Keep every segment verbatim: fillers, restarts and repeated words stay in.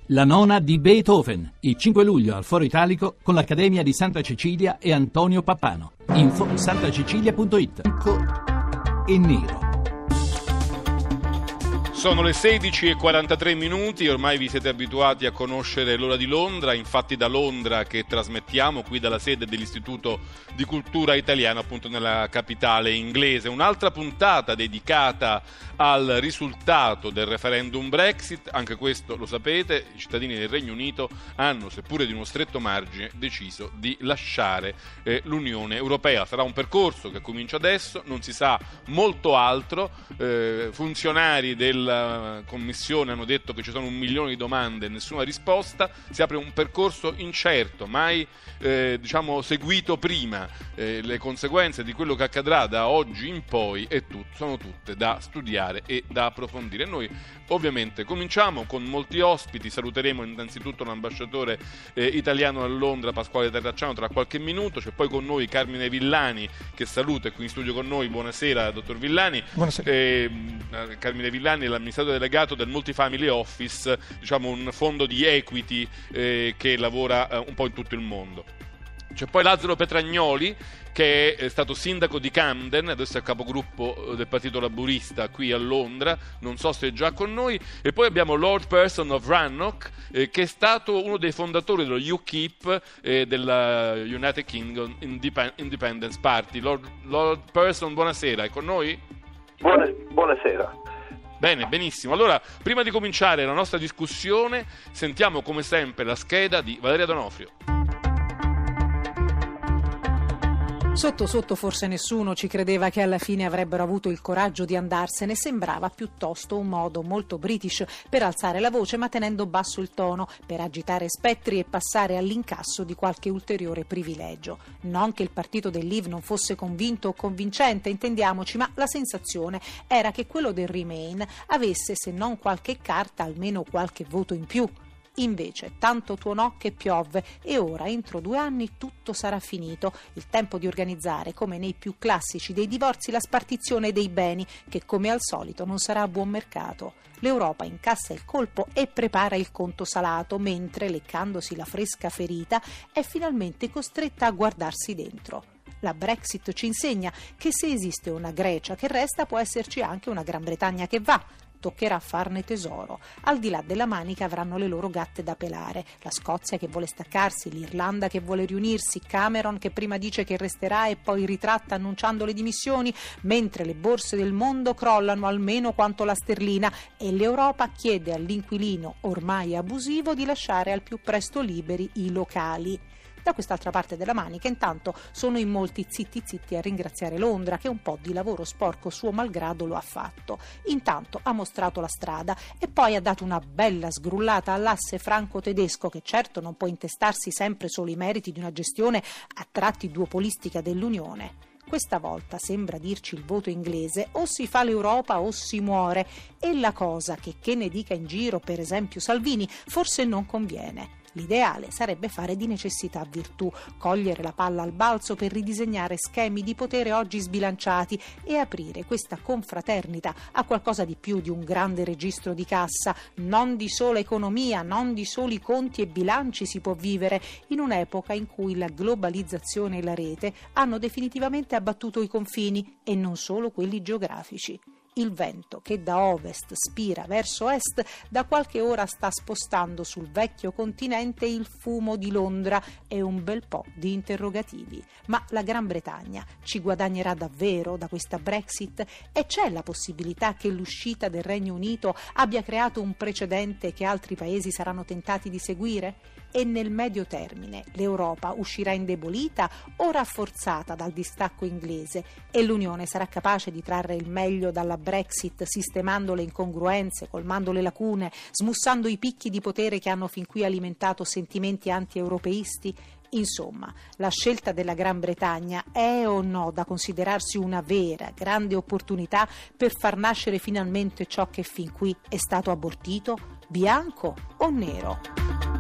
La nona di Beethoven, il cinque luglio al Foro Italico con l'Accademia di Santa Cecilia e Antonio Pappano. Info santacecilia punto it. Bianco e nero. Sono le sedici e quarantatré minuti, ormai vi siete abituati a conoscere l'ora di Londra, infatti da Londra che trasmettiamo qui dalla sede dell'Istituto di Cultura Italiano, appunto nella capitale inglese. Un'altra puntata dedicata al risultato del referendum Brexit, anche questo lo sapete, i cittadini del Regno Unito hanno, seppure di uno stretto margine, deciso di lasciare eh, l'Unione Europea. Sarà un percorso che comincia adesso, non si sa molto altro, eh, funzionari del la Commissione hanno detto che ci sono un milione di domande e nessuna risposta, si apre un percorso incerto, mai eh, diciamo seguito prima. Eh, le conseguenze di quello che accadrà da oggi in poi è tut- sono tutte da studiare e da approfondire. Noi ovviamente cominciamo con molti ospiti, saluteremo innanzitutto l'ambasciatore eh, italiano a Londra Pasquale Terracciano tra qualche minuto, c'è poi con noi Carmine Villani che saluta, è qui in studio con noi. Buonasera dottor Villani. Buonasera. Eh, Carmine Villani è l'amministratore delegato del Multifamily Office, diciamo un fondo di equity eh, che lavora eh, un po' in tutto il mondo. C'è poi Lazzaro Petragnoli che è stato sindaco di Camden, adesso è capogruppo del Partito Laburista qui a Londra, non so se è già con noi, e poi abbiamo Lord Person of Rannoch eh, che è stato uno dei fondatori dello U KIP eh, della United Kingdom Indep- Independence Party. Lord, Lord Person, buonasera, è con noi? Buona, buonasera. Bene, benissimo. Allora, prima di cominciare la nostra discussione, sentiamo come sempre la scheda di Valeria D'Onofrio. Sotto sotto forse nessuno ci credeva che alla fine avrebbero avuto il coraggio di andarsene, sembrava piuttosto un modo molto british per alzare la voce ma tenendo basso il tono, per agitare spettri e passare all'incasso di qualche ulteriore privilegio. Non che il partito del Leave non fosse convinto o convincente, intendiamoci, ma la sensazione era che quello del Remain avesse, se non qualche carta, almeno qualche voto in più. Invece tanto tuonò che piovve e ora entro due anni tutto sarà finito, il tempo di organizzare come nei più classici dei divorzi la spartizione dei beni che come al solito non sarà a buon mercato. L'Europa incassa il colpo e prepara il conto salato mentre, leccandosi la fresca ferita, è finalmente costretta a guardarsi dentro. La Brexit ci insegna che se esiste una Grecia che resta può esserci anche una Gran Bretagna che va. Toccherà farne tesoro. Al di là della manica avranno le loro gatte da pelare. La Scozia che vuole staccarsi, l'Irlanda che vuole riunirsi, Cameron che prima dice che resterà e poi ritratta annunciando le dimissioni, mentre le borse del mondo crollano almeno quanto la sterlina e l'Europa chiede all'inquilino ormai abusivo di lasciare al più presto liberi i locali. Da quest'altra parte della manica, intanto, sono in molti zitti zitti a ringraziare Londra, che un po' di lavoro sporco suo malgrado lo ha fatto. Intanto ha mostrato la strada e poi ha dato una bella sgrullata all'asse franco-tedesco, che certo non può intestarsi sempre solo i meriti di una gestione a tratti duopolistica dell'Unione. Questa volta sembra dirci il voto inglese: o si fa l'Europa o si muore, e la cosa che, che ne dica in giro per esempio Salvini, forse non conviene. L'ideale sarebbe fare di necessità virtù, cogliere la palla al balzo per ridisegnare schemi di potere oggi sbilanciati e aprire questa confraternita a qualcosa di più di un grande registro di cassa. Non di sola economia, non di soli conti e bilanci si può vivere in un'epoca in cui la globalizzazione e la rete hanno definitivamente abbattuto i confini e non solo quelli geografici. Il vento che da ovest spira verso est da qualche ora sta spostando sul vecchio continente il fumo di Londra e un bel po' di interrogativi. Ma la Gran Bretagna ci guadagnerà davvero da questa Brexit? E c'è la possibilità che l'uscita del Regno Unito abbia creato un precedente che altri paesi saranno tentati di seguire? E nel medio termine l'Europa uscirà indebolita o rafforzata dal distacco inglese e l'Unione sarà capace di trarre il meglio dalla Brexit, sistemando le incongruenze, colmando le lacune, smussando i picchi di potere che hanno fin qui alimentato sentimenti anti-europeisti? Insomma, la scelta della Gran Bretagna è o no da considerarsi una vera, grande opportunità per far nascere finalmente ciò che fin qui è stato abortito? Bianco o nero?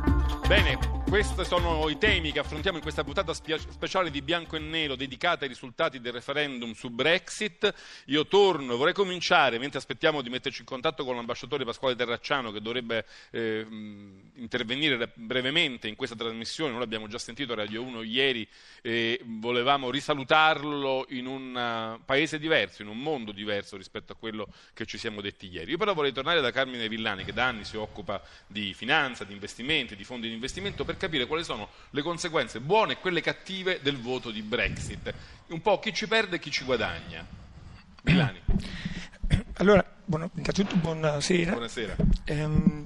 Bene, questi sono i temi che affrontiamo in questa puntata spia- speciale di Bianco e Nero dedicata ai risultati del referendum su Brexit. Io torno, vorrei cominciare, mentre aspettiamo di metterci in contatto con l'ambasciatore Pasquale Terracciano, che dovrebbe eh, intervenire brevemente in questa trasmissione. Noi l'abbiamo già sentito a Radio uno ieri e volevamo risalutarlo in un paese diverso, in un mondo diverso rispetto a quello che ci siamo detti ieri. Io però vorrei tornare da Carmine Villani, che da anni si occupa di finanza, di investimenti, di fondi di investimento, per capire quali sono le conseguenze buone e quelle cattive del voto di Brexit. Un po' chi ci perde e chi ci guadagna. Villani. Allora, buona, innanzitutto buonasera. Buonasera. Ehm,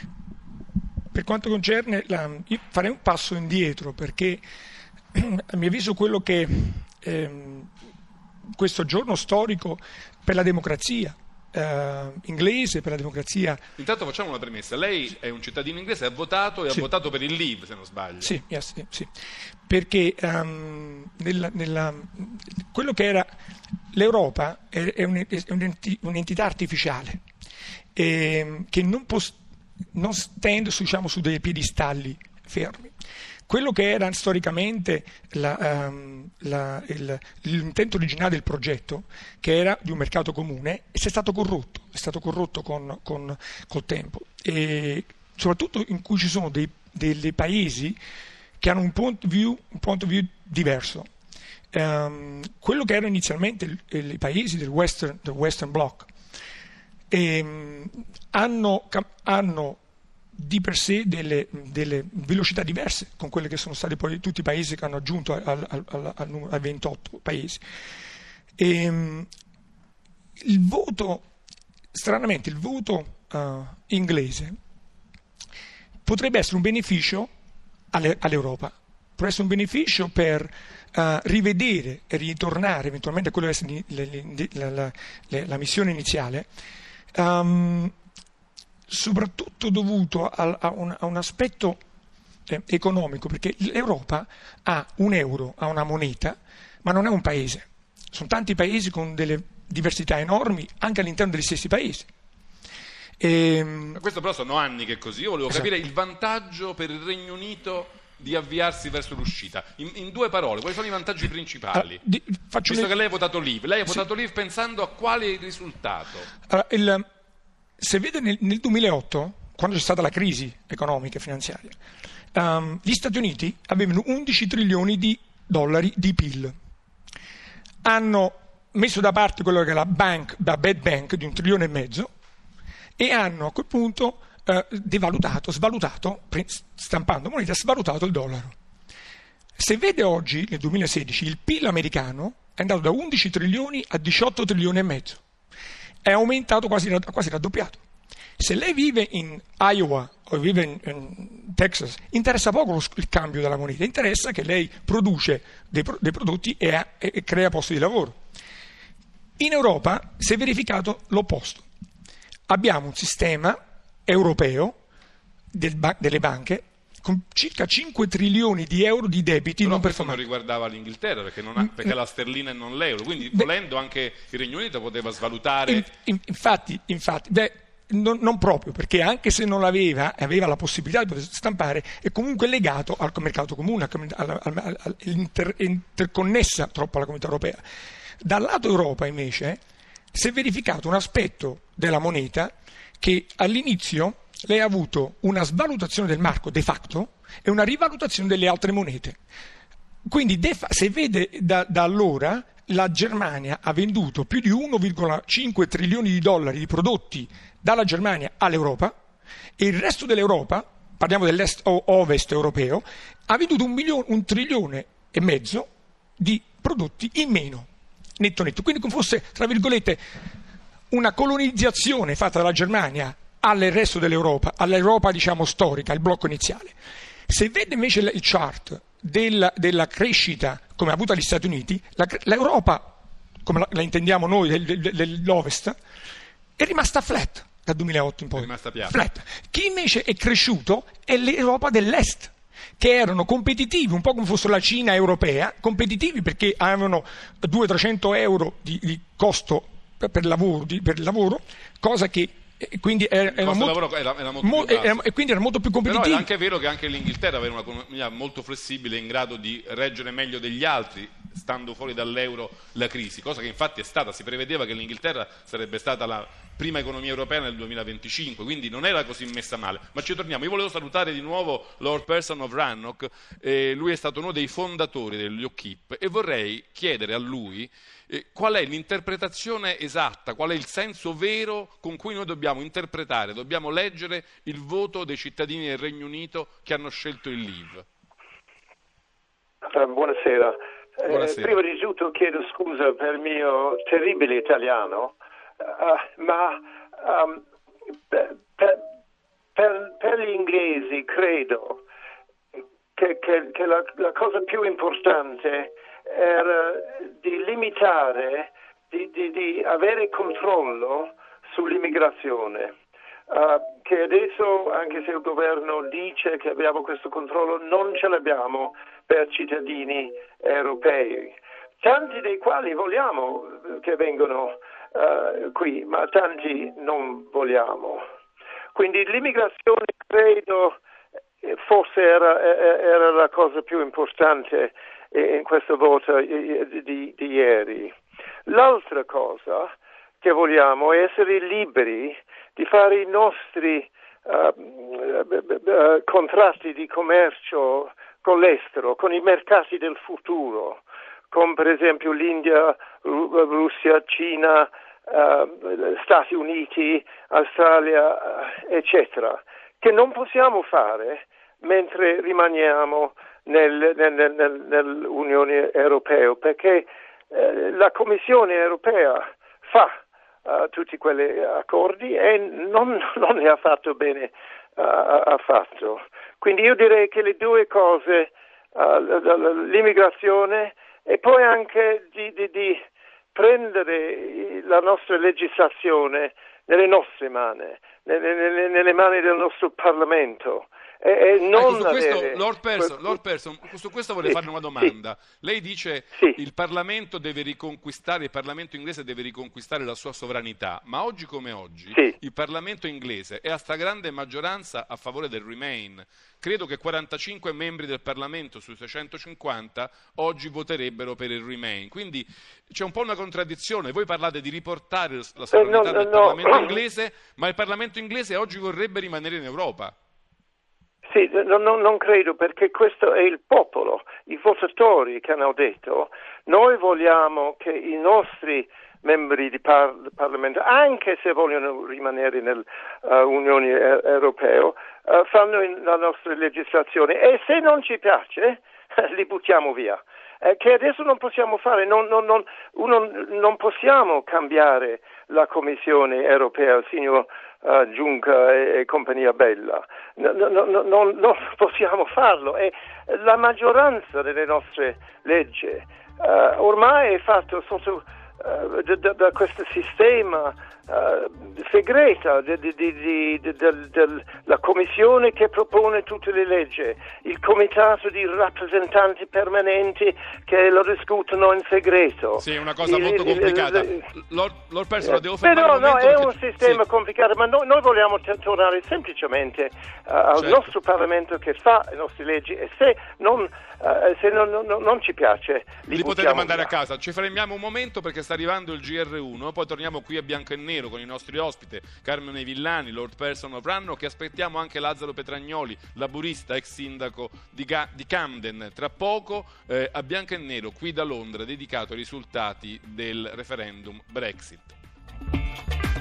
per quanto concerne, la, io farei un passo indietro, perché a mio avviso quello che ehm, questo giorno storico per la democrazia Uh, inglese, per la democrazia. Intanto facciamo una premessa: lei è un cittadino inglese, ha votato e sì. ha votato per il Leave, se non sbaglio. Sì, yes, sì, sì. Perché um, nella, nella, quello che era l'Europa è, è, un, è un'entità artificiale eh, che non, può, non stende diciamo, su dei piedistalli fermi. Quello che era storicamente la, um, la, il, l'intento originale del progetto, che era di un mercato comune, è stato corrotto, è stato corrotto con, con, col tempo, e soprattutto in cui ci sono dei, dei paesi che hanno un point of view, un point of view diverso. Um, quello che erano inizialmente i paesi del Western, del Western Bloc ehm, hanno, hanno di per sé delle, delle velocità diverse con quelle che sono stati poi tutti i paesi che hanno aggiunto al, al, al, al, ai ventotto paesi. E, il voto, stranamente, il voto uh, inglese potrebbe essere un beneficio alle, all'Europa, può essere un beneficio per uh, rivedere e ritornare eventualmente a quello che è le, le, la, la, la missione iniziale. Um, soprattutto dovuto a, a, un, a un aspetto eh, economico, perché l'Europa ha un euro, ha una moneta, ma non è un paese. Sono tanti paesi con delle diversità enormi anche all'interno degli stessi paesi. E, questo però sono anni che è così. Io volevo esatto. capire il vantaggio per il Regno Unito di avviarsi verso l'uscita. In, in due parole, quali sono i vantaggi principali? Allora, di, Visto le... che lei ha votato Leave, lei ha sì. votato Leave pensando a quale risultato? Allora, il... Se vede nel, nel duemilaotto, quando c'è stata la crisi economica e finanziaria, um, gli Stati Uniti avevano undici trilioni di dollari di P I L. Hanno messo da parte quello che è la bank, la bad bank di un trilione e mezzo, e hanno a quel punto uh, devalutato, svalutato, stampando moneta, svalutato il dollaro. Se vede oggi, nel duemilasedici, il P I L americano è andato da undici trilioni a diciotto trilioni e mezzo. È aumentato quasi, quasi raddoppiato. Se lei vive in Iowa o vive in, in Texas, interessa poco lo, il cambio della moneta, interessa che lei produce dei, dei prodotti e, ha, e crea posti di lavoro. In Europa si è verificato l'opposto. Abbiamo un sistema europeo del, delle banche con circa cinque trilioni di euro di debiti però non questo performanti. non riguardava l'Inghilterra perché, non ha, perché la sterlina e non l'euro, quindi beh, volendo anche il Regno Unito poteva svalutare. In, in, infatti, infatti beh, non, non proprio, perché anche se non l'aveva, aveva la possibilità di poter stampare, è comunque legato al mercato comune, interconnessa troppo alla comunità europea. Dal lato Europa invece si è verificato un aspetto della moneta che all'inizio lei ha avuto una svalutazione del marco de facto e una rivalutazione delle altre monete. Quindi fa- se vede da, da allora la Germania ha venduto più di uno virgola cinque trilioni di dollari di prodotti dalla Germania all'Europa, e il resto dell'Europa, parliamo dell'est o ovest europeo, ha venduto un, milione, un trilione e mezzo di prodotti in meno, netto netto. Quindi come fosse, tra virgolette, una colonizzazione fatta dalla Germania al resto dell'Europa, all'Europa diciamo storica, il blocco iniziale. Se vede invece il chart della, della crescita come ha avuto gli Stati Uniti, la, l'Europa, come la, la intendiamo noi del, del, dell'Ovest, è rimasta flat dal duemilaotto in poi. È rimasta piatta. Flat. Chi invece è cresciuto è l'Europa dell'Est, che erano competitivi, un po' come fosse la Cina europea, competitivi perché avevano duecento trecento euro di, di costo per, per, lavoro, di, per il lavoro, cosa che E quindi era, era, molto, molto, era, era molto mo, più basso. era, e quindi era molto più competitivo. Però è anche vero che anche l'Inghilterra aveva un'economia molto flessibile, in grado di reggere meglio degli altri, stando fuori dall'euro, la crisi, cosa che infatti è stata. Si prevedeva che l'Inghilterra sarebbe stata la prima economia europea nel duemilaventicinque, quindi non era così messa male. Ma ci torniamo. Io volevo salutare di nuovo Lord Person of Rannoch, eh, lui è stato uno dei fondatori degli U K I P, e vorrei chiedere a lui eh, qual è l'interpretazione esatta, qual è il senso vero con cui noi dobbiamo interpretare, dobbiamo leggere il voto dei cittadini del Regno Unito che hanno scelto il Leave. Uh, buonasera. Buonasera. Eh, prima di tutto chiedo scusa per il mio terribile italiano, uh, ma um, per, per, per gli inglesi credo che, che, che la, la cosa più importante era di limitare, di, di, di avere controllo sull'immigrazione. Uh, che adesso, anche se il governo dice che abbiamo questo controllo, non ce l'abbiamo per cittadini europei, tanti dei quali vogliamo che vengano uh, qui, ma tanti non vogliamo. Quindi l'immigrazione credo forse era, era la cosa più importante in questo voto di, di, di ieri. L'altra cosa che vogliamo è essere liberi di fare i nostri uh, uh, contratti di commercio con l'estero, con i mercati del futuro, come per esempio l'India, Russia, Cina, uh, Stati Uniti, Australia, uh, eccetera, che non possiamo fare mentre rimaniamo nel, nel, nel, nell'Unione Europea, perché uh, la Commissione Europea fa Uh, tutti quegli accordi e non, non ne ha fatto bene uh, affatto. Quindi io direi che le due cose, uh, l'immigrazione e poi anche di, di, di prendere la nostra legislazione nelle nostre mani, nelle, nelle, nelle mani del nostro Parlamento. E, e non ecco, su questo, avere... Lord Person, Lord Person, su questo vorrei sì, farle una domanda. Sì. Lei dice che sì. il Parlamento deve riconquistare, il Parlamento inglese deve riconquistare la sua sovranità, ma oggi come oggi sì. il Parlamento inglese è a stragrande maggioranza a favore del Remain. Credo che quarantacinque membri del Parlamento su seicentocinquanta oggi voterebbero per il Remain. Quindi c'è un po' una contraddizione. Voi parlate di riportare la sovranità eh, no, del no, Parlamento no. inglese, ma il Parlamento inglese oggi vorrebbe rimanere in Europa. Sì, no, no, non credo, perché questo è il popolo, i votatori che hanno detto noi vogliamo che i nostri membri di par- Parlamento, anche se vogliono rimanere nell'Unione uh, Europea, uh, fanno in, la nostra legislazione e se non ci piace li buttiamo via. Eh, che adesso non possiamo fare, non, non, non, uno, non possiamo cambiare la Commissione Europea, il signor uh, Juncker e, e compagnia bella, no, no, no, no, non possiamo farlo e la maggioranza delle nostre leggi uh, ormai è fatta sotto uh, da, da, da questo sistema uh, segreta della Commissione che propone tutte le leggi, il comitato di rappresentanti permanenti che lo discutono in segreto. Sì, è una cosa molto complicata. Lord, Lord Person, lo devo fermare Però un momento. No, è perché... un sistema sì. complicato, ma no, noi vogliamo t- tornare semplicemente uh, al certo. nostro Parlamento che fa le nostre leggi e se non, uh, se non, non, non ci piace li, li potete mandare via. a casa. Ci fermiamo un momento perché sta arrivando il G R uno, poi torniamo qui a Bianco e Nero con i nostri ospiti Carmine Villani, Lord Person of Rannoch, che aspettiamo anche Lazzaro Petragnoli, laburista, ex sindaco di, Ga- di Camden, tra poco eh, a Bianco e Nero qui da Londra, dedicato ai risultati del referendum Brexit.